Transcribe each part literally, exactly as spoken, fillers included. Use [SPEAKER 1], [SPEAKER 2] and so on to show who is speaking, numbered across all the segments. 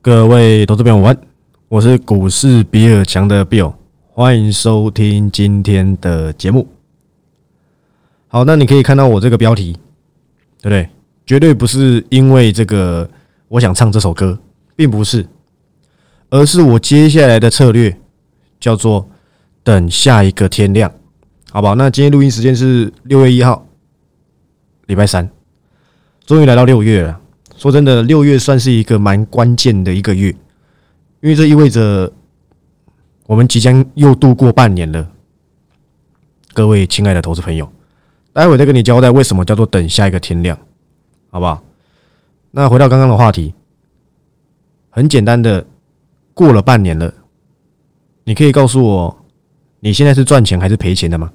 [SPEAKER 1] 各位投资朋友晚安，我是股市比尔强的 Bill， 欢迎收听今天的节目。好，那你可以看到我这个标题，对不对？绝对不是因为这个我想唱这首歌，并不是，而是我接下来的策略叫做等下一个天亮，好不好？那今天录音时间是六月一号，礼拜三，终于来到六月了。说真的，六月算是一个蛮关键的一个月，因为这意味着我们即将又度过半年了。各位亲爱的投资朋友，待会再跟你交代为什么叫做等下一个天亮，好不好？那回到刚刚的话题，很简单的，过了半年了，你可以告诉我，你现在是赚钱还是赔钱的吗？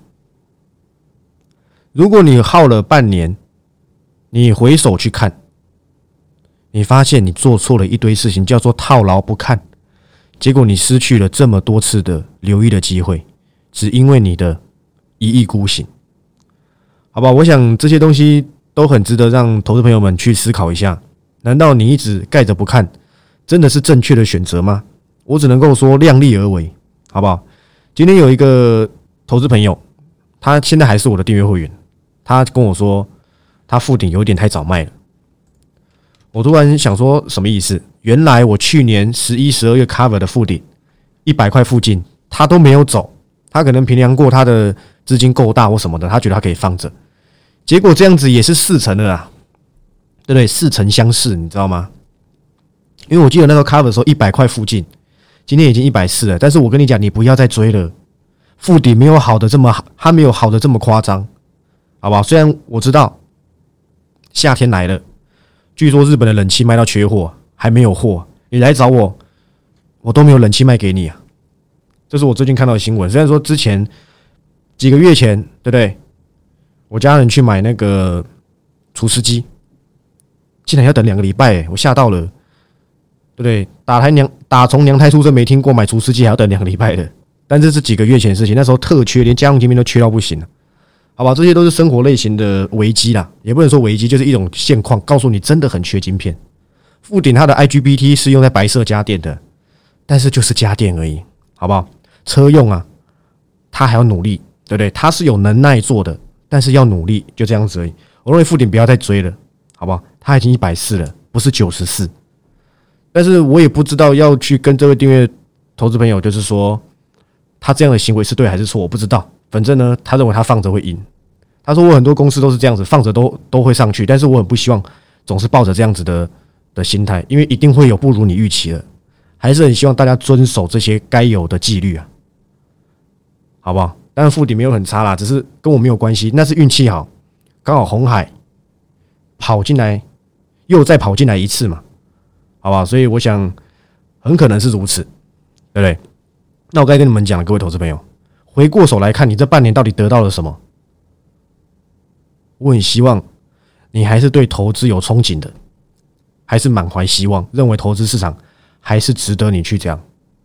[SPEAKER 1] 如果你耗了半年，你回首去看，你发现你做错了一堆事情，叫做套牢不看，结果你失去了这么多次的留意的机会，只因为你的一意孤行，好吧？我想这些东西都很值得让投资朋友们去思考一下。难道你一直盖着不看，真的是正确的选择吗？我只能够说量力而为，好不好？今天有一个投资朋友，他现在还是我的订阅会员，他跟我说，他附顶有点太早卖了。我突然想说什么意思？原来我去年十一、十二月 cover 的附顶一百块附近，他都没有走，他可能评量过他的资金够大或什么的，他觉得他可以放着。结果这样子也是四成的啦，对不对？似曾相识，你知道吗？因为我记得那个 cover 的时候一百块附近，今天已经一百四了。但是我跟你讲，你不要再追了，附顶没有好的这么好，它没有好的这么夸张，好不好？虽然我知道夏天来了。据说日本的冷气卖到缺货，还没有货，你来找我，我都没有冷气卖给你啊！这是我最近看到的新闻。虽然说之前几个月前，对不对？我家人去买那个除湿机，竟然要等两个礼拜、欸，我吓到了，对不对？打胎娘打从娘胎出生没听过买除湿机还要等两个礼拜的，但这是几个月前的事情，那时候特缺，连家用晶片都缺到不行了。好吧，这些都是生活类型的危机啦，也不能说危机，就是一种现况，告诉你真的很缺晶片。附顶它的 I G B T 是用在白色家电的，但是就是家电而已，好不好？车用啊，它还要努力，对不对？它是有能耐做的，但是要努力，就这样子而已。我认为附顶不要再追了，好不好？它已经一百四了，不是九十四。但是我也不知道要去跟这位订阅投资朋友，就是说他这样的行为是对还是错，我不知道。反正呢，他认为他放着会赢。他说我很多公司都是这样子，放着都都会上去，但是我很不希望总是抱着这样子的的心态，因为一定会有不如你预期的。还是很希望大家遵守这些该有的纪律啊，好不好？当然附顶没有很差啦，只是跟我没有关系，那是运气好，刚好鸿海跑进来，又再跑进来一次嘛，好不好？所以我想很可能是如此，对不对？那我该跟你们讲，各位投资朋友。回过手来看，你这半年到底得到了什么？我很希望你还是对投资有憧憬的，还是满怀希望，认为投资市场还是值得你去这样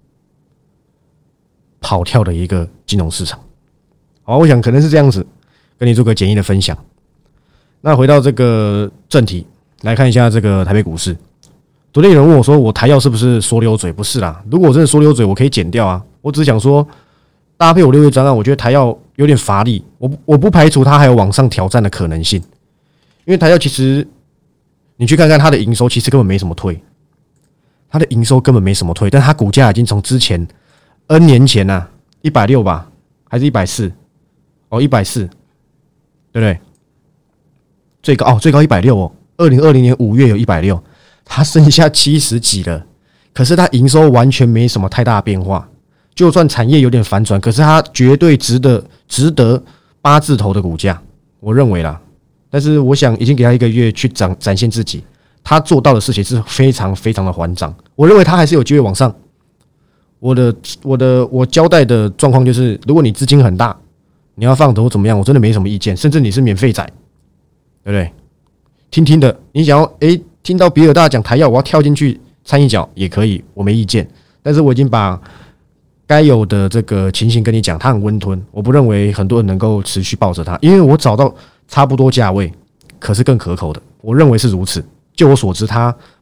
[SPEAKER 1] 跑跳的一个金融市场。好，我想可能是这样子，跟你做个简易的分享。那回到这个正题，来看一下这个台北股市。昨天有人问我说，我台药是不是说溜嘴？不是啦，如果我真的说溜嘴，我可以剪掉啊。我只是想说。搭配我六月专案，我觉得台药有点乏力，我不我不排除它还有往上挑战的可能性，因为台药其实你去看看它的营收，其实根本没什么退，它的营收根本没什么退，但它股价已经从之前 N 年前呐、啊，一百六吧，还是一百四？哦，一百四，对不对？最高哦，最高一百六哦，二零二零年五月有一百六，它剩下七十几了，可是它营收完全没什么太大的变化。就算产业有点反转，可是它绝对值得值得八字头的股价，我认为啦。但是我想已经给他一个月去展展现自己，他做到的事情是非常非常的环掌。我认为他还是有机会往上。我的我的我交代的状况就是，如果你资金很大，你要放头怎么样，我真的没什么意见。甚至你是免费仔，对不对？听听的，你想要诶、欸、听到比尔大讲台药，我要跳进去掺一脚也可以，我没意见。但是我已经把该有的这个情形跟你讲，它很温吞，我不认为很多人能够持续抱着它，因为我找到差不多价位，可是更可口的，我认为是如此。就我所知，它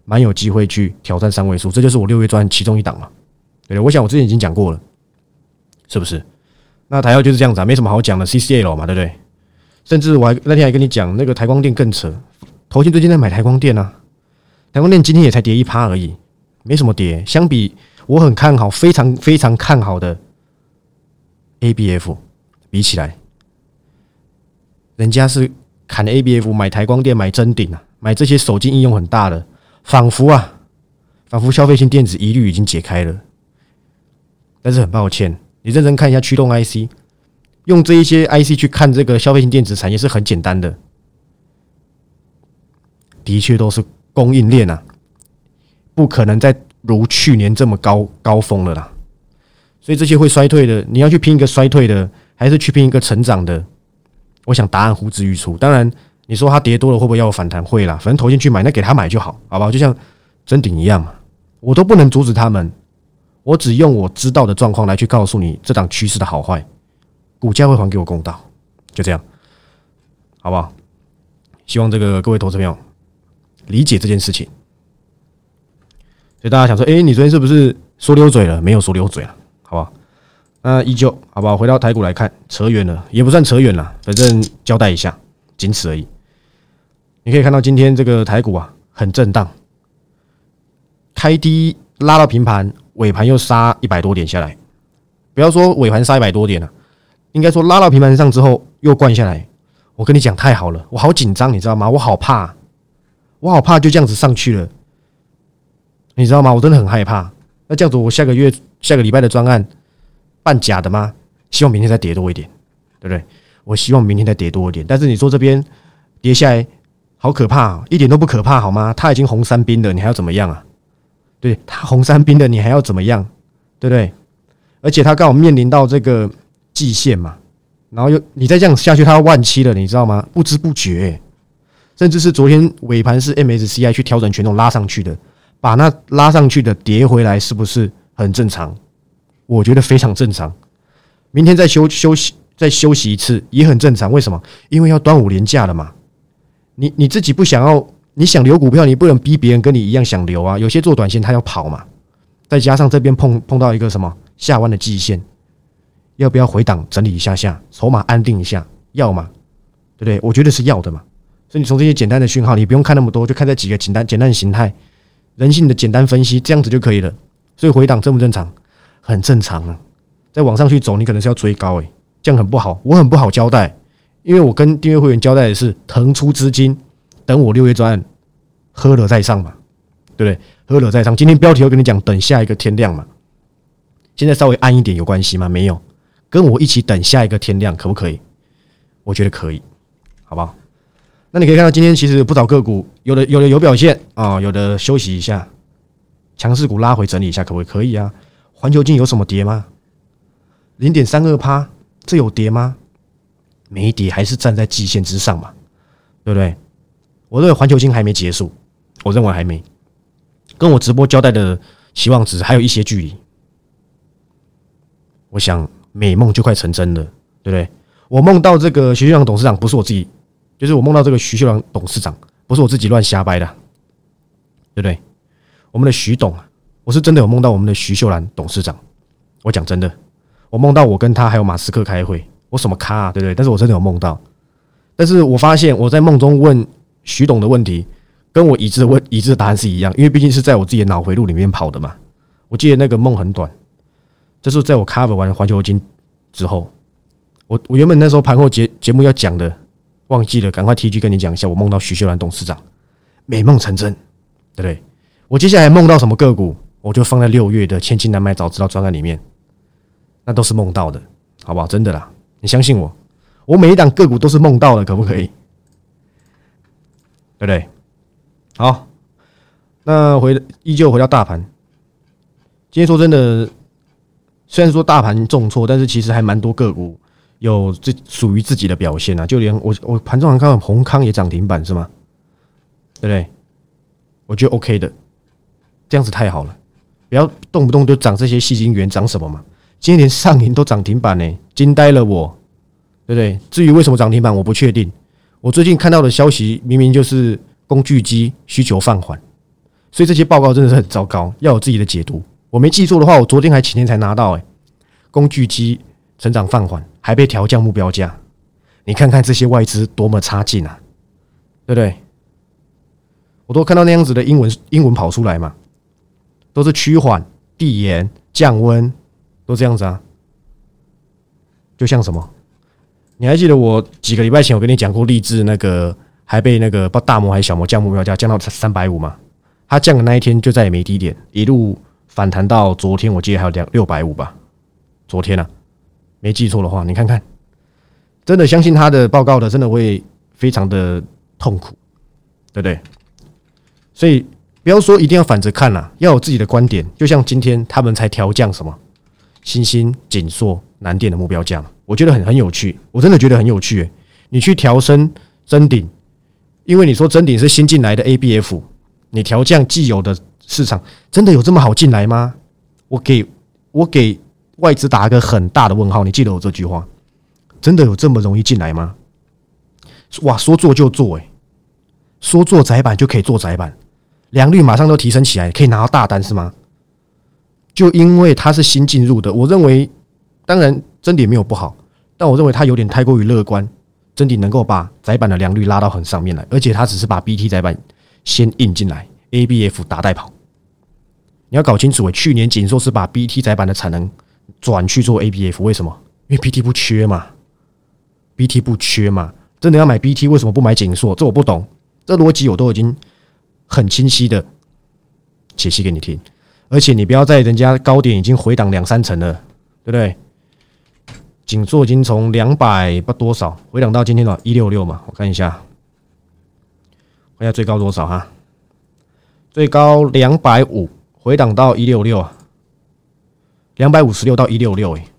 [SPEAKER 1] 蛮有机会去挑战三位数，这就是我六月专案其中一档嘛。对，我想我之前已经讲过了，是不是？那台药就是这样子啊，没什么好讲的 ，C C L 嘛，对不对？甚至我还那天还跟你讲，那个台光电更扯，投信最近在买台光电啊，台光电今天也才跌一趴而已，没什么跌。相比我很看好、非常非常看好的 A B F 比起来，人家是砍 A B F 买台光电、买臻鼎啊，买这些手机应用很大的，仿佛啊，仿佛消费性电子疑虑已经解开了。但是很抱歉，你认真看一下驱动 I C， 用这一些 I C 去看这个消费性电子产业是很简单的，的确都是供应链啊，不可能再如去年这么高高峰了啦。所以这些会衰退的，你要去拼一个衰退的，还是去拼一个成长的？我想答案呼之欲出。当然，你说它跌多了会不会要有反弹？会啦，反正投进去买，那给他买就好，好不好？就像臻鼎一样嘛，我都不能阻止他们。我只用我知道的状况来去告诉你这档趋势的好坏，股价会还给我公道，就这样，好不好？希望这个各位投资朋友理解这件事情。所以大家想说，哎、欸，你昨天是不是说溜嘴了？没有说溜嘴了，好不好？那依旧，好不好？回到台股来看，扯远了，也不算扯远了，反正交代一下，仅此而已。你可以看到今天这个台股啊，很震荡，开低拉到平盘。尾盘又杀一百多点下来，不要说尾盘杀一百多点了、啊，应该说拉到平盘上之后又灌下来。我跟你讲，太好了，我好紧张，你知道吗？我好怕，我好怕就这样子上去了，你知道吗？我真的很害怕。那这样子，我下个月、下个礼拜的专案办假的吗？希望明天再跌多一点，对不对？我希望明天再跌多一点。但是你说这边跌下来好可怕、哦，一点都不可怕，好吗？他已经红三兵了，你还要怎么样啊？对，他红三兵的，你还要怎么样？对不对？而且他刚好面临到这个季线嘛，然后又你再这样下去，他要万七了，你知道吗？不知不觉、欸，甚至是昨天尾盘是 M S C I 去调整权重拉上去的，把那拉上去的跌回来，是不是很正常？我觉得非常正常。明天再休休息，再休息一次也很正常。为什么？因为要端午连假了嘛。你你自己不想要。你想留股票，你不能逼别人跟你一样想留啊。有些做短线他要跑嘛，再加上这边碰碰到一个什么下弯的季线，要不要回档整理一下下，筹码安定一下？要嘛，对不对？我觉得是要的嘛。所以你从这些简单的讯号，你不用看那么多，就看这几个简单简单的形态，人性的简单分析，这样子就可以了。所以回档正不正常？很正常啊。再往上去走，你可能是要追高诶、欸，这样很不好，我很不好交代，因为我跟订阅会员交代的是腾出资金。等我六月专案喝了再上嘛，对不对？喝了再上。今天标题我跟你讲，等下一个天亮嘛。现在稍微暗一点有关系吗？没有，跟我一起等下一个天亮，可不可以？我觉得可以，好不好？那你可以看到今天其实不少个股，有的有的有表现啊，有的休息一下，强势股拉回整理一下，可不可以？可以啊。环球金有什么跌吗？零点三二趴，这有跌吗？没跌，还是站在季线之上嘛，对不对？我认为环球金还没结束，我认为还没，跟我直播交代的期望值还有一些距离。我想美梦就快成真了，对不对？我梦到这个徐秀良董事长，不是我自己，就是我梦到这个徐秀良董事长，不是我自己乱瞎掰的，对不对？我们的徐董，我是真的有梦到我们的徐秀兰董事长。我讲真的，我梦到我跟他还有马斯克开会，我什么咖啊，对不对？但是我真的有梦到，但是我发现我在梦中问徐董的问题，跟我已知的问已知的答案是一样，因为毕竟是在我自己的脑回路里面跑的嘛。我记得那个梦很短，这是在我 cover 完环球金之后，我我原本那时候盘后节节目要讲的，忘记了，赶快 T G 跟你讲一下，我梦到徐秀兰董事长，美梦成真，对不对？我接下来梦到什么个股，我就放在六月的千金难买早知道专案里面，那都是梦到的，好不好？真的啦，你相信我，我每一档个股都是梦到的，可不可以？对不对？好，那回依旧回到大盘。今天说真的，虽然说大盘重挫，但是其实还蛮多个股有这属于自己的表现啊。就连我我盘中还看到宏康也涨停板是吗？对不对？我觉得 OK 的，这样子太好了。不要动不动就涨这些矽晶圆，涨什么嘛？今天连上银都涨停板呢、欸，惊呆了我，对不对？至于为什么涨停板，我不确定。我最近看到的消息明明就是工具机需求放缓， 所以这些报告真的是很糟糕，要有自己的解读。我没记错的话，我昨天还前天才拿到、欸，工具机成长放缓，还被调降目标价。你看看这些外资多么差劲啊，对不对？我都看到那样子的英文英文跑出来嘛，都是趋缓、递延、降温，都这样子啊。就像什么？你还记得我几个礼拜前我跟你讲过，励志那个还被那个不知道大摩还是小摩降目标价降到三百五嘛？它降的那一天就再也没低点，一路反弹到昨天，我记得还有两六百五吧。昨天啊，没记错的话，你看看，真的相信他的报告的，真的会非常的痛苦，对不对？所以不要说一定要反着看啦，要有自己的观点。就像今天他们才调降什么新兴、景硕、南电的目标价嘛，我觉得很很有趣，我真的觉得很有趣、欸。你去调升臻鼎，因为你说臻鼎是新进来的 A B F， 你调降既有的市场，真的有这么好进来吗？我给我给外资打一个很大的问号。你记得我这句话，真的有这么容易进来吗？哇，说做就做、欸，说做窄板就可以做窄板，良率马上都提升起来，可以拿到大单是吗？就因为它是新进入的，我认为，当然臻鼎没有不好，但我认为它有点太过于乐观。臻鼎能够把窄板的良率拉到很上面来，而且它只是把 B T 窄板先印进来 ，A B F 打带跑。你要搞清楚、欸，去年景硕是把 B T 窄板的产能转去做 A B F， 为什么？因为 B T 不缺嘛 ，B T 不缺嘛，真的要买 B T， 为什么不买景硕？这我不懂，这逻辑我都已经很清晰的解析给你听。而且你不要在人家高点已经回档两三成了，对不对？景硕已经从两百不多少回档到今天的一百六十六嘛，我看一下，看一下最高多少哈？最高两百五，回档到一百六十六啊，两百五十六到一百六十六，哎，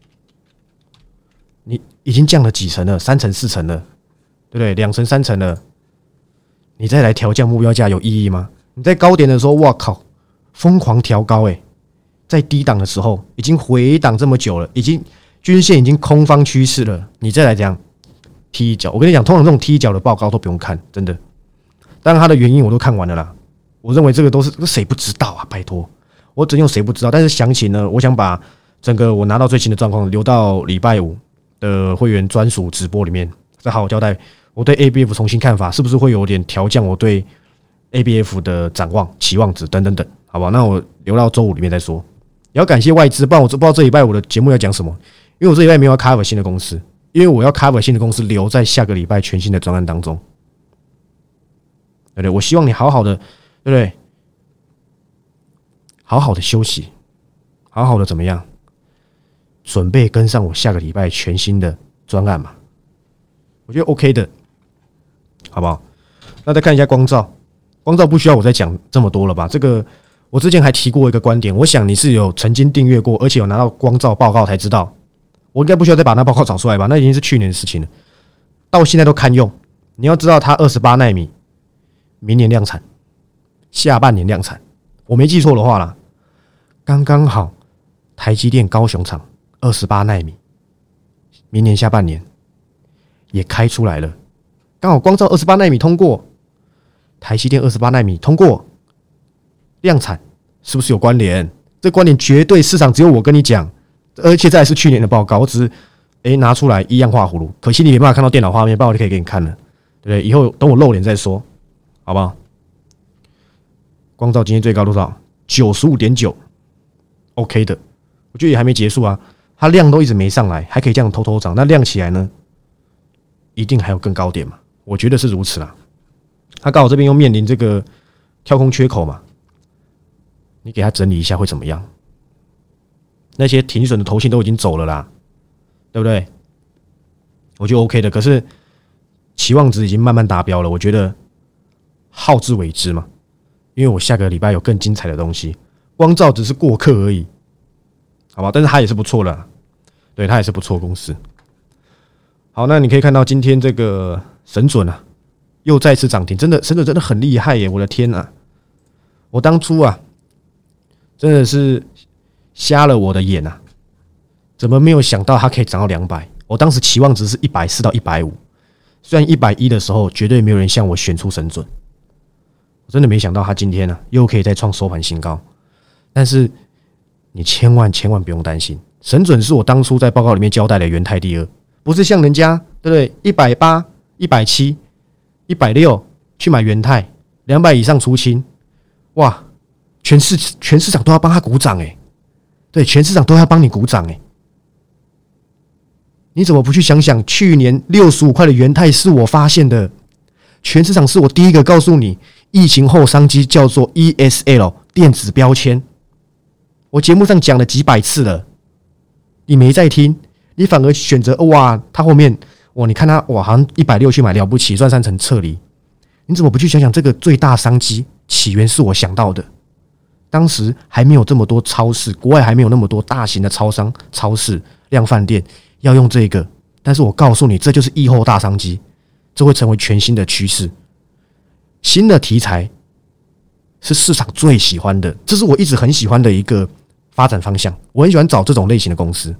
[SPEAKER 1] 你已经降了几成了？三成四成了，对不对？两成三成了，你再来调降目标价有意义吗？你在高点的时候，哇靠！疯狂调高、欸，在低档的时候已经回档这么久了，已经均线已经空方趋势了，你再来这样踢一脚，我跟你讲，通常这种踢一脚的报告都不用看，真的。当然它的原因我都看完了啦，我认为这个都是谁不知道啊？拜托，我只用谁不知道，但是详情呢，我想把整个我拿到最新的状况留到礼拜五的会员专属直播里面，再好好交代我对 A B F 重新看法，是不是会有点调降我对 A B F 的展望、期望值等等等。好吧，那我留到周五里面再说。也要感谢外资，不然我不知道这礼拜我的节目要讲什么，因为我这礼拜没有要 cover 新的公司，因为我要 cover 新的公司留在下个礼拜全新的专案当中，对不对？我希望你好好的，对不对？好好的休息，好好的怎么样？准备跟上我下个礼拜全新的专案嘛，我觉得 OK 的，好不好？那再看一下光照，光照不需要我再讲这么多了吧？这个。我之前还提过一个观点，我想你是有曾经订阅过，而且有拿到光照报告才知道。我应该不需要再把那报告找出来吧？那已经是去年的事情了，到现在都堪用。你要知道，它二十八奈米明年量产，下半年量产。我没记错的话啦，刚刚好，台积电高雄厂二十八奈米，明年下半年也开出来了，刚好光照二十八奈米通过，台积电二十八奈米通过。量产是不是有关联？这关联绝对市场只有我跟你讲，而且这还是去年的报告，我只是诶拿出来一样画葫芦。可惜你没办法看到电脑画面，不然我就可以给你看了，对不对？以后等我露脸再说，好不好？光照今天最高多少？九十五点九 ，OK 的，我觉得也还没结束啊，它量都一直没上来，还可以这样偷偷涨，那量起来呢，一定还有更高点嘛？我觉得是如此啦。它刚好这边又面临这个跳空缺口嘛。你给他整理一下会怎么样？那些停损的投信都已经走了啦，对不对？我觉得 OK 的，可是期望值已经慢慢达标了，我觉得好自为之嘛。因为我下个礼拜有更精彩的东西，光照只是过客而已，好吧？但是它也是不错的，对，它也是不错的公司。好，那你可以看到今天这个神准啊，又再次涨停，真的神准真的很厉害耶！我的天啊，我当初啊。真的是瞎了我的眼啊！怎么没有想到它可以涨到两百？我当时期望值是一百四到一百五，虽然一百一的时候绝对没有人像我选出神准， 我真的没想到他今天呢、啊、又可以再创收盘新高。但是你千万千万不用担心，神准是我当初在报告里面交代的元泰第二，不是像人家对不对？一百八、一百七、一百六去买元泰，两百以上出清，哇！全市全市场都要帮他鼓掌哎、欸，对，全市场都要帮你鼓掌哎、欸。你怎么不去想想，去年六十五块的元泰是我发现的，全市场是我第一个告诉你，疫情后商机叫做 E S L 电子标签。我节目上讲了几百次了，你没在听，你反而选择哇，他后面哇，你看他哇，好像一百六去买了不起，赚三成撤离。你怎么不去想想这个最大商机起源是我想到的？当时还没有这么多超市，国外还没有那么多大型的超商、超市、量贩店要用这个，但是我告诉你，这就是疫后大商机，这会成为全新的趋势，新的题材是市场最喜欢的，这是我一直很喜欢的一个发展方向。我很喜欢找这种类型的公司，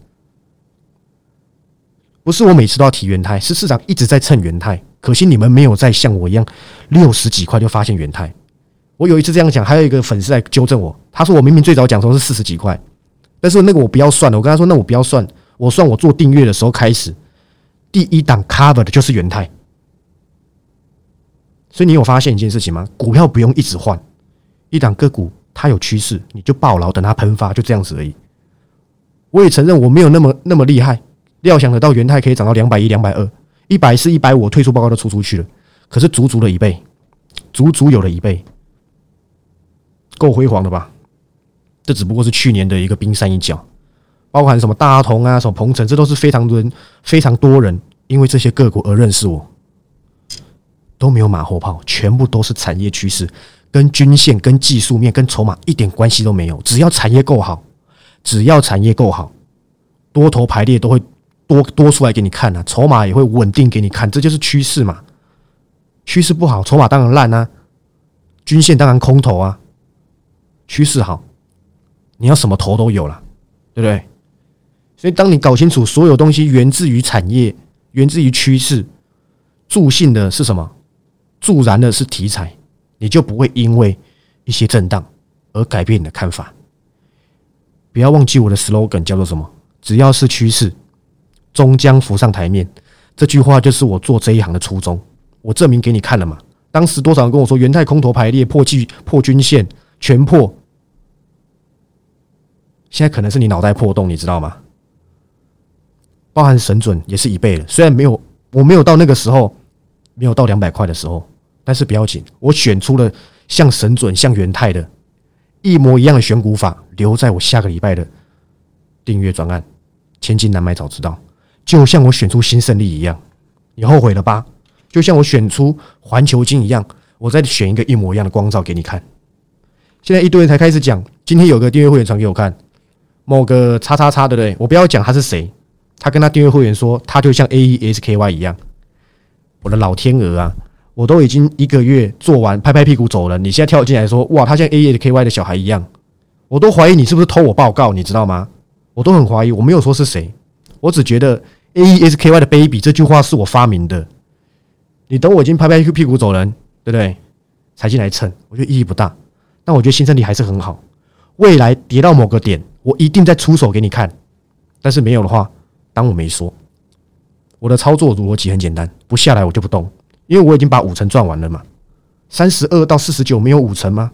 [SPEAKER 1] 不是我每次都要提元泰，是市场一直在蹭元泰，可惜你们没有再像我一样六十几块就发现元泰。我有一次这样讲，还有一个粉丝来纠正我，他说我明明最早讲说是四十几块，但是那个我不要算了。我跟他说，那我不要算，我算我做订阅的时候开始，第一档 cover 的就是元泰。所以你有发现一件事情吗？股票不用一直换，一档个股它有趋势，你就抱牢，等它喷发，就这样子而已。我也承认我没有那么那么厉害，料想得到元泰可以涨到两百一、两百二、一百四、一百五，退出报告都出出去了，可是足足了一倍，足足有了一倍。够辉煌的吧？这只不过是去年的一个冰山一角，包含什么大同啊、什么鹏程，这都是非常多人、非常多人因为这些个股而认识我，都没有马后炮，全部都是产业趋势，跟均线、跟技术面、跟筹码一点关系都没有。只要产业够好，只要产业够好，多头排列都会多多出来给你看啊，筹码也会稳定给你看，这就是趋势嘛。趋势不好，筹码当然烂啊，均线当然空头啊。趋势好，你要什么头都有了，对不对？所以当你搞清楚所有东西源自于产业，源自于趋势，助兴的是什么？助燃的是题材，你就不会因为一些震荡而改变你的看法。不要忘记我的 slogan 叫做什么？只要是趋势，终将浮上台面。这句话就是我做这一行的初衷。我证明给你看了嘛？当时多少人跟我说元泰空头排列破季破均线全破，现在可能是你脑袋破洞，你知道吗？包含神准也是一倍了，虽然没有我没有到那个时候，没有到两百块的时候，但是不要紧，我选出了像神准、像元泰的一模一样的选股法，留在我下个礼拜的订阅专案。千金难买早知道，就像我选出新胜利一样，你后悔了吧？就像我选出环球金一样，我再选一个一模一样的光照给你看。现在一堆人才开始讲，今天有个订阅会员传给我看，某个叉叉叉，对不对？我不要讲他是谁，他跟他订阅会员说，他就像 A E S K Y 一样。我的老天鹅啊，我都已经一个月做完，拍拍屁股走人，你现在跳进来说，哇，他像 A E S K Y 的小孩一样，我都怀疑你是不是偷我报告，你知道吗？我都很怀疑，我没有说是谁，我只觉得 A E S K Y 的 baby 这句话是我发明的。你等我已经拍拍屁股走人，对不对？才进来蹭，我觉得意义不大。但我觉得新胜利还是很好，未来跌到某个点，我一定再出手给你看。但是没有的话，当我没说。我的操作逻辑很简单，不下来我就不动，因为我已经把五成赚完了嘛。三十二到四十九没有五成吗？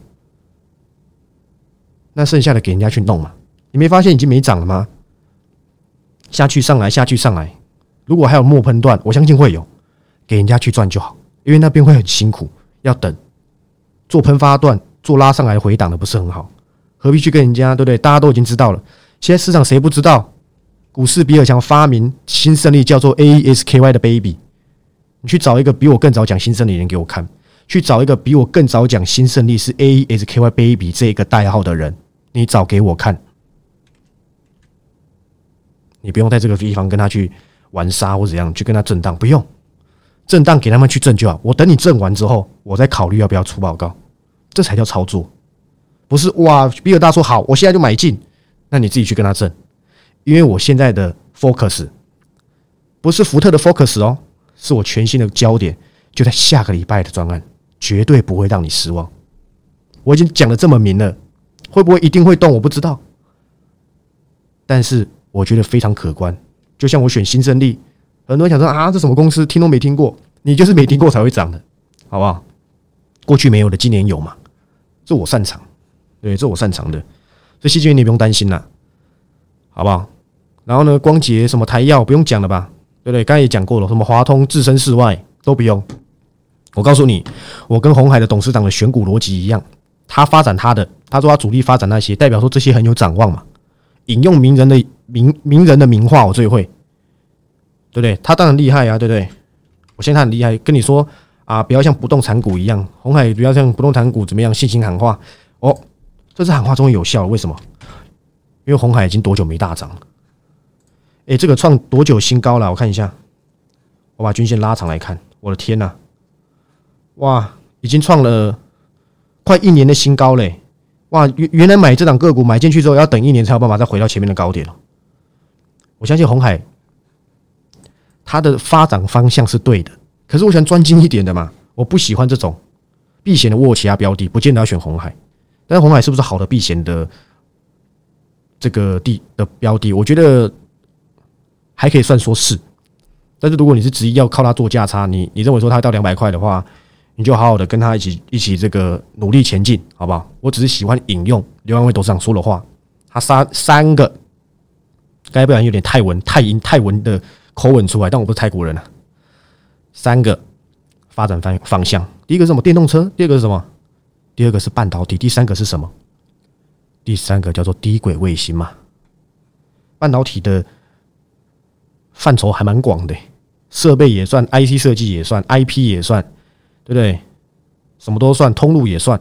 [SPEAKER 1] 那剩下的给人家去弄嘛。你没发现已经没涨了吗？下去上来，下去上来。如果还有末喷段，我相信会有，给人家去赚就好，因为那边会很辛苦，要等。做喷发段。做拉上来回档的不是很好，何必去跟人家，对不对？大家都已经知道了。现在市场谁不知道？股市比尔强发明新胜利叫做 A E S K Y 的 baby。你去找一个比我更早讲新胜利的人给我看，去找一个比我更早讲新胜利是 A E S K Y baby 这个代号的人，你找给我看。你不用在这个地方跟他去玩杀或怎样，去跟他震荡，不用震荡给他们去震就好。我等你震完之后，我再考虑要不要出报告。这才叫操作，不是哇！比尔大说好，我现在就买进，那你自己去跟他挣，因为我现在的 focus 不是福特的 focus 哦，是我全新的焦点，就在下个礼拜的专案，绝对不会让你失望。 我已经讲的这么明了，会不会一定会动？我不知道，但是我觉得非常可观。就像我选新胜利，很多人想说啊，这什么公司听都没听过，你就是没听过才会涨的，好不好？过去没有的，今年有嘛？这我擅长，对，这我擅长的，所以细菌你不用担心啦，好不好？然后呢，光捷什么台药不用讲了吧，对不对？刚才也讲过了，什么华通置身事外都不用。我告诉你，我跟鸿海的董事长的选股逻辑一样，他发展他的，他说他主力发展那些，代表说这些很有展望嘛。引用名人的名名人的名话，我最会，对不对？他当然厉害啊，对不对？我现在他很厉害，跟你说啊，不要像不动产股一样，鸿海不要像不动产股怎么样信心喊话哦，这次喊话终于有效了，为什么？因为鸿海已经多久没大涨了？哎，这个创多久新高了？我看一下，我把均线拉长来看，我的天哪、啊！哇，已经创了快一年的新高嘞！哇，原来买这档个股买进去之后要等一年才有办法再回到前面的高点了。我相信鸿海它的发展方向是对的，可是我想专精一点的嘛，我不喜欢这种避险的握其他标的，不见得要选鸿海。但是鸿海是不是好的避险的这个地的标的？我觉得还可以算说是。但是如果你是执意要靠它做价差，你你认为说它到两百块的话，你就好好的跟他一起一起这个努力前进，好不好？我只是喜欢引用刘安伟董事长说的话，他三三个，该不然有点泰文泰音泰文的口吻出来，但我不是泰国人啊。三个发展方方向，第一个是什么？电动车。第二个是什么？第二个是半导体。第三个是什么？第三个叫做低轨卫星嘛。半导体的范畴还蛮广的，设备也算 ，I C 设计也算 ，I P 也算。对不对？什么都算，通路也算，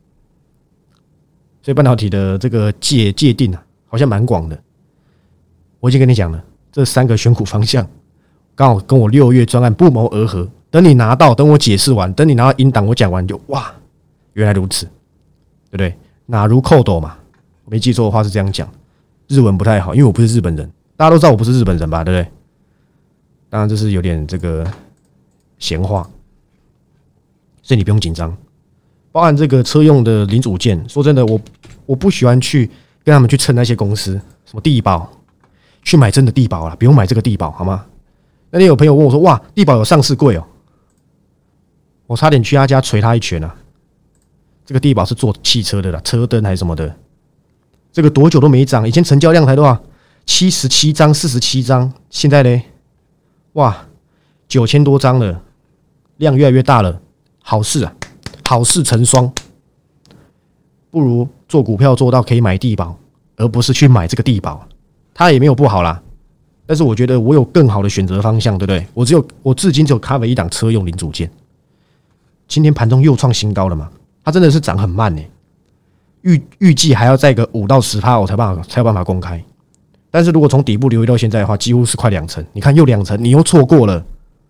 [SPEAKER 1] 所以半导体的这个界界定啊，好像蛮广的。我已经跟你讲了，这三个选股方向刚好跟我六月专案不谋而合。等你拿到，等我解释完，等你拿到音档，我讲完就哇，原来如此，对不对？哪如扣斗嘛，我没记错的话是这样讲。日文不太好，因为我不是日本人，大家都知道我不是日本人吧？对不对？当然这是有点这个闲话。所以你不用紧张，包含这个车用的零组件。说真的，我我不喜欢去跟他们去蹭那些公司，什么地保，去买真的地保啦，不用买这个地保好吗？那天有朋友问我说：“哇，地保有上市柜哦！”我差点去他家捶他一拳啊！这个地保是做汽车的啦，车灯还是什么的，这个多久都没涨。以前成交量才多少？七十七张、四十七张，现在嘞，哇，九千多张了，量越来越大了。好事啊，好事成双，不如做股票做到可以买地保，而不是去买这个地保。它也没有不好啦，但是我觉得我有更好的选择方向，对不对？我只有我至今只有 cover 一档车用零组件，今天盘中又创新高了嘛？它真的是涨很慢呢、欸，预预计还要再个五到十趴，我才办法才有办法公开。但是如果从底部留意到现在的话，几乎是快两成。你看又两成，你又错过了。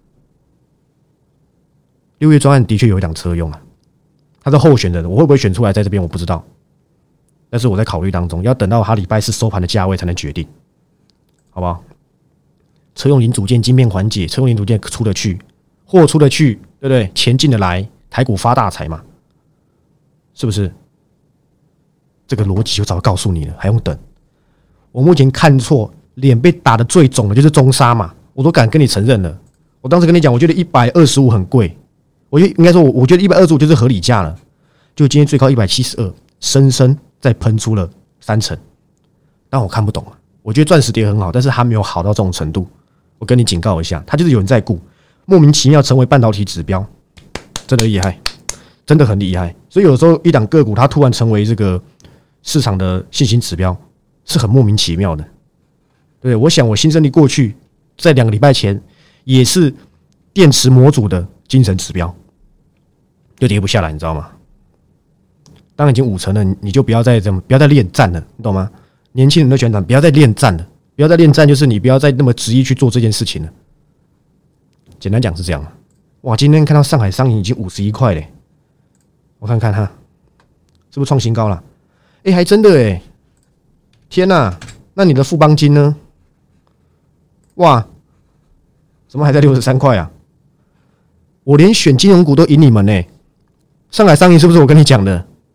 [SPEAKER 1] 六月专案的确有一档车用啊，它是候选人，我会不会选出来在这边我不知道，但是我在考虑当中，要等到它礼拜四收盘的价位才能决定，好不好？车用零组件晶片环节，车用零组件出得去，货出得去，对不对？钱进得来，台股发大财嘛，是不是？这个逻辑就早告诉你了，还用等？我目前看错，脸被打得最肿的就是中砂嘛，我都敢跟你承认了。我当时跟你讲，我觉得一百二十五很贵。我觉得应该说，我觉得一百二十五就是合理价了。就今天最高一百七十二，深深再喷出了三成，但我看不懂啊。我觉得钻石跌很好，但是它没有好到这种程度。我跟你警告一下，它就是有人在顾，莫名其妙成为半导体指标，真的厉害，真的很厉害。所以有时候一档个股它突然成为这个市场的信心指标，是很莫名其妙的。对，我想我新胜利过去在两个礼拜前也是电池模组的精神指标，就跌不下来，你知道吗？当然已经五成了，你就不要再这么不要再恋战了，你懂吗？年轻人的全场不要再恋战了，不要再恋战，就是你不要再那么执意去做这件事情了。简单讲是这样。哇，今天看到上海商银已经五十一块嘞，我看看哈，是不是创新高了？哎、欸，还真的哎、欸！天哪、啊，那你的富邦金呢？哇，怎么还在六十三块啊？我连选金融股都赢你们呢、欸！上海商银是不是我跟你讲的？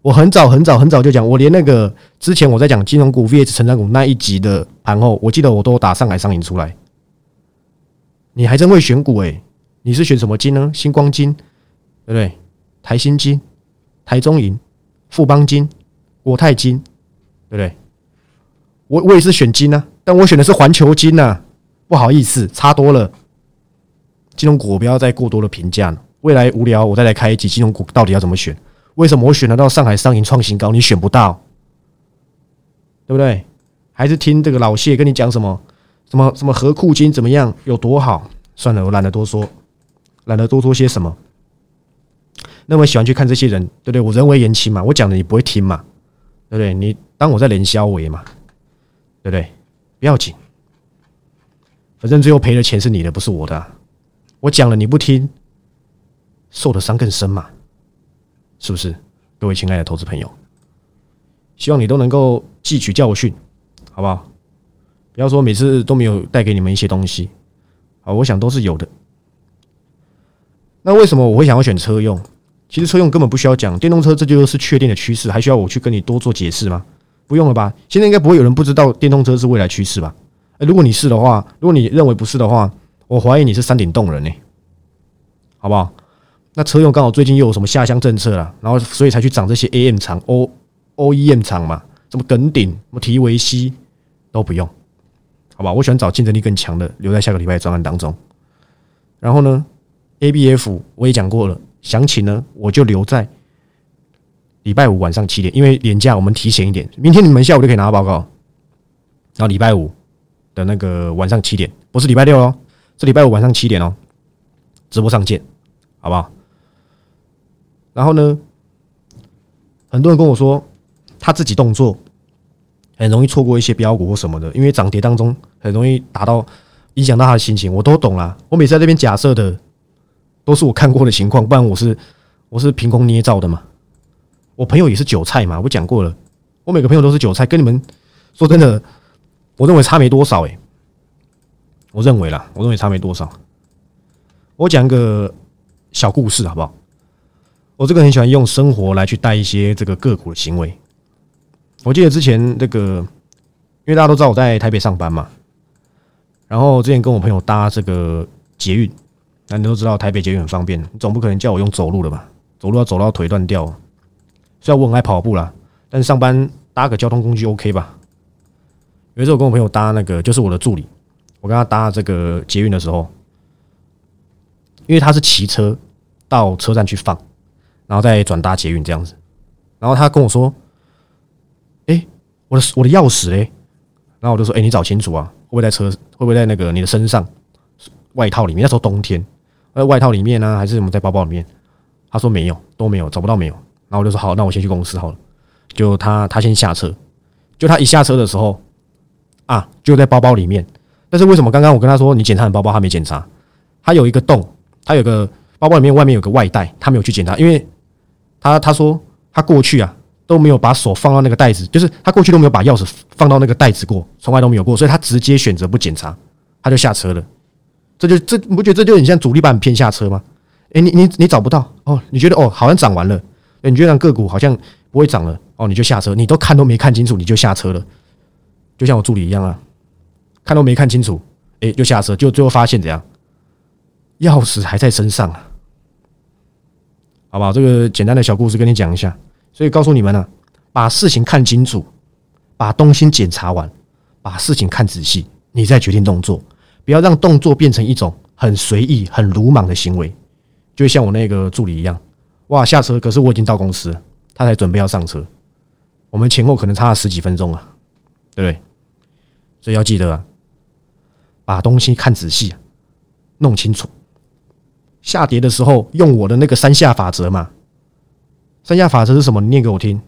[SPEAKER 1] 我很早很早很早就讲，我连那个之前我在讲金融股 V S 成长股那一集的盘后，我记得我都打上海商银出来。你还真会选股诶、欸！你是选什么金呢？星光金，对不对？台新金、台中银、富邦金、国泰金，对不对？我我也是选金啊，但我选的是环球金啊，不好意思，差多了。金融股我不要再过多的评价了，未来无聊我再来开一集金融股到底要怎么选？为什么我选得到上海商银创新高，你选不到？对不对？还是听这个老谢跟你讲什么什么什么合库金怎么样有多好？算了，我懒得多说。懒得多说些什么，那么喜欢去看这些人，对不对？我人微言轻嘛，我讲的你不会听嘛，对不对？你当我在连消维嘛，对不对？不要紧，反正最后赔的钱是你的，不是我的、啊。我讲了你不听，受的伤更深嘛，是不是？各位亲爱的投资朋友，希望你都能够汲取教训，好不好？不要说每次都没有带给你们一些东西，好，我想都是有的。那为什么我会想要选车用？其实车用根本不需要讲，电动车这就是确定的趋势，还需要我去跟你多做解释吗？不用了吧？现在应该不会有人不知道电动车是未来趋势吧？欸、如果你是的话，如果你认为不是的话，我怀疑你是山顶洞人呢、欸，好不好？那车用刚好最近又有什么下乡政策啦，然后所以才去涨这些 A M 厂、O O E M 厂嘛，什么耿鼎、什么提维西都不用，好吧？我喜欢找竞争力更强的，留在下个礼拜的专案当中。然后呢？A B F 我也讲过了，详情呢我就留在礼拜五晚上七点，因为连假我们提前一点，明天你们下午就可以拿到报告。然后礼拜五的那个晚上七点，不是礼拜六哦，是礼拜五晚上七点哦，直播上见，好不好？然后呢，很多人跟我说他自己动作很容易错过一些标股或什么的，因为涨跌当中很容易达到影响到他的心情，我都懂啦。我每次在这边假设的。都是我看过的情况，不然我是我是凭空捏造的嘛。我朋友也是韭菜嘛，我讲过了，我每个朋友都是韭菜，跟你们说真的，我认为差没多少诶、欸。我认为啦，我认为差没多少。我讲一个小故事好不好？我这个很喜欢用生活来去带一些这个个股的行为。我记得之前这个，因为大家都知道我在台北上班嘛，然后之前跟我朋友搭这个捷运。那你都知道台北捷运很方便，你总不可能叫我用走路的吧？走路要走到腿断掉。虽然我很爱跑步啦，但是上班搭个交通工具 OK 吧？有一次我跟我朋友搭那个，就是我的助理，我跟他搭这个捷运的时候，因为他是骑车到车站去放，然后再转搭捷运这样子。然后他跟我说：“哎、欸，我的我的钥匙嘞？”然后我就说：“哎、欸，你找清楚啊，会不会在车，会不会在那个你的身上外套里面？那时候冬天。”在外套里面呢、啊，还是我们在包包里面？他说没有，都没有，找不到没有。然后我就说好，那我先去公司好了。就他他先下车，就他一下车的时候啊，就在包包里面。但是为什么刚刚我跟他说你检查你包包，他没检查？他有一个洞，他有个包包里面外面有个外带，他没有去检查，因为他他说他过去啊都没有把手放到那个袋子，就是他过去都没有把钥匙放到那个袋子过，从来都没有过，所以他直接选择不检查，他就下车了。这就这你不觉得这就很像主力把你骗下车吗？哎、欸，你你你找不到哦，你觉得哦好像涨完了，欸、你觉得个股好像不会涨了哦，你就下车，你都看都没看清楚你就下车了，就像我助理一样啊，看都没看清楚，哎、欸、就下车，就最后发现怎样，钥匙还在身上啊，好不好？这个简单的小故事跟你讲一下，所以告诉你们啊，把事情看清楚，把东西检查完，把事情看仔细，你再决定动作。不要让动作变成一种很随意、很鲁莽的行为，就像我那个助理一样，哇，下车，可是我已经到公司了，他才准备要上车，我们前后可能差了十几分钟啊，对不对？所以要记得啊，把东西看仔细，弄清楚。下跌的时候用我的那个三下法则嘛，三下法则是什么？你念给我听。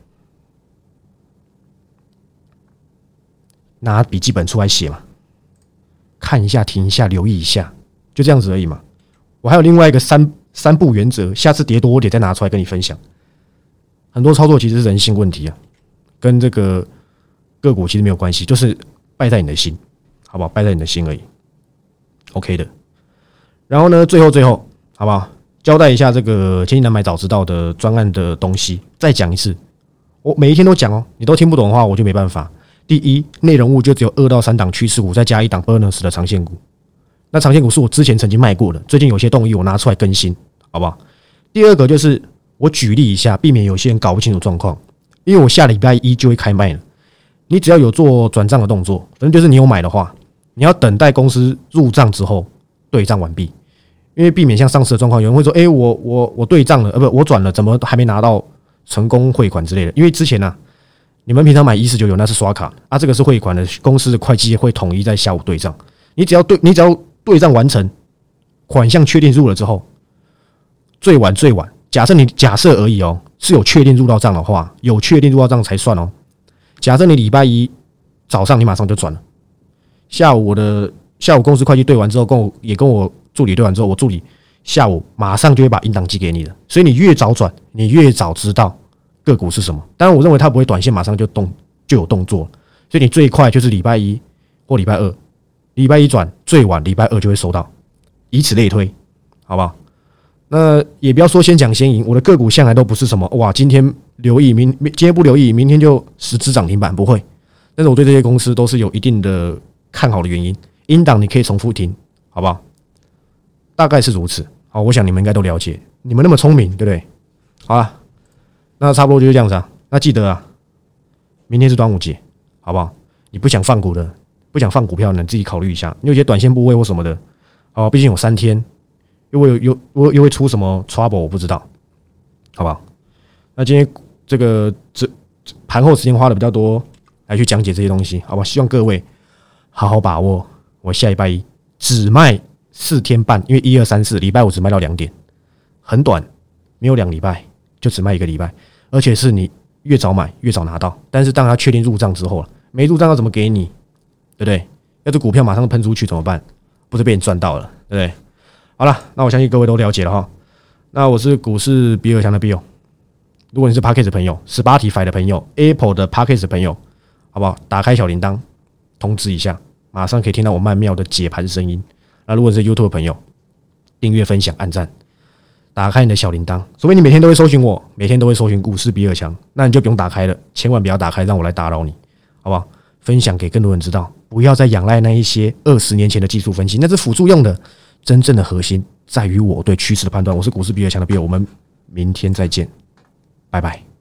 [SPEAKER 1] 拿笔记本出来写嘛。看一下，停一下，留意一下，就这样子而已嘛。我还有另外一个三三步原则，下次跌多我得再拿出来跟你分享。很多操作其实是人性问题啊，跟这个个股其实没有关系，就是败在你的心，好不好？败在你的心而已 ，OK 的。然后呢，最后最后，好不好？交代一下这个千金难买早知道的专案的东西，再讲一次， 我每一天都讲哦，你都听不懂的话，我就没办法。第一，内容物就只有二到三档趋势股，再加一档 bonus 的长线股。那长线股是我之前曾经卖过的，最近有些动议我拿出来更新，好不好？第二个就是我举例一下，避免有些人搞不清楚状况，因为我下礼拜一就会开卖了。你只要有做转账的动作，反正就是你有买的话，你要等待公司入账之后对账完毕，因为避免像上次的状况，有人会说：“哎、欸，我我我对账了，呃，不，我转了，怎么还没拿到成功汇款之类的？”因为之前呢、啊，你们平常买一四九九那是刷卡啊，这个是汇款的，公司的会计会统一在下午对账。你只要对，你只要对账完成，款项确定入了之后，最晚最晚，假设你假设而已哦，是有确定入到账的话，有确定入到账才算哦。假设你礼拜一早上你马上就转了，下午我的下午公司会计对完之后，跟我也跟我助理对完之后，我助理下午马上就会把音档寄给你的。所以你越早转，你越早知道个股是什么。当然，我认为它不会短线马上就动就有动作，所以你最快就是礼拜一或礼拜二，礼拜一转最晚礼拜二就会收到，以此类推，好不好？那也不要说先讲先赢，我的个股向来都不是什么哇，今天留意明今天不留意，明天就十只涨停板，不会。但是我对这些公司都是有一定的看好的原因，音档你可以重复听，好不好？大概是如此。好，我想你们应该都了解，你们那么聪明，对不对？好了，那差不多就是这样子啊。那记得啊，明天是端午节，好不好？你不想放股的，不想放股票的，你自己考虑一下。你有些短线部位或什么的，好，毕竟有三天。又会有有又又会出什么 trouble 我不知道，好不好？那今天这个这盘后时间花的比较多，来去讲解这些东西，好吧？希望各位好好把握。我下礼拜一只卖四天半，因为一二三四礼拜五只卖到两点，很短，没有两礼拜就只卖一个礼拜，而且是你越早买越早拿到。但是当它确定入账之后了，没入账要怎么给你？对不对？要是股票马上喷出去怎么办？不是被你赚到了，对不对？好了，那我相信各位都了解了哈。那我是股市比尔强的 Bill， 如果你是 Podcast 的朋友 ，Spotify 的朋友 ，Apple 的 Podcast 的朋友，好不好？打开小铃铛，通知一下，马上可以听到我曼妙的解盘声音。那如果你是 YouTube 的朋友，订阅、分享、按赞，打开你的小铃铛，除非你每天都会搜寻我，每天都会搜寻股市比尔强，那你就不用打开了，千万不要打开，让我来打扰你，好不好？分享给更多人知道，不要再仰赖那一些二十年前的技术分析，那是辅助用的。真正的核心在于我对趋势的判断。我是股市比尔强的比尔，我们明天再见，拜拜。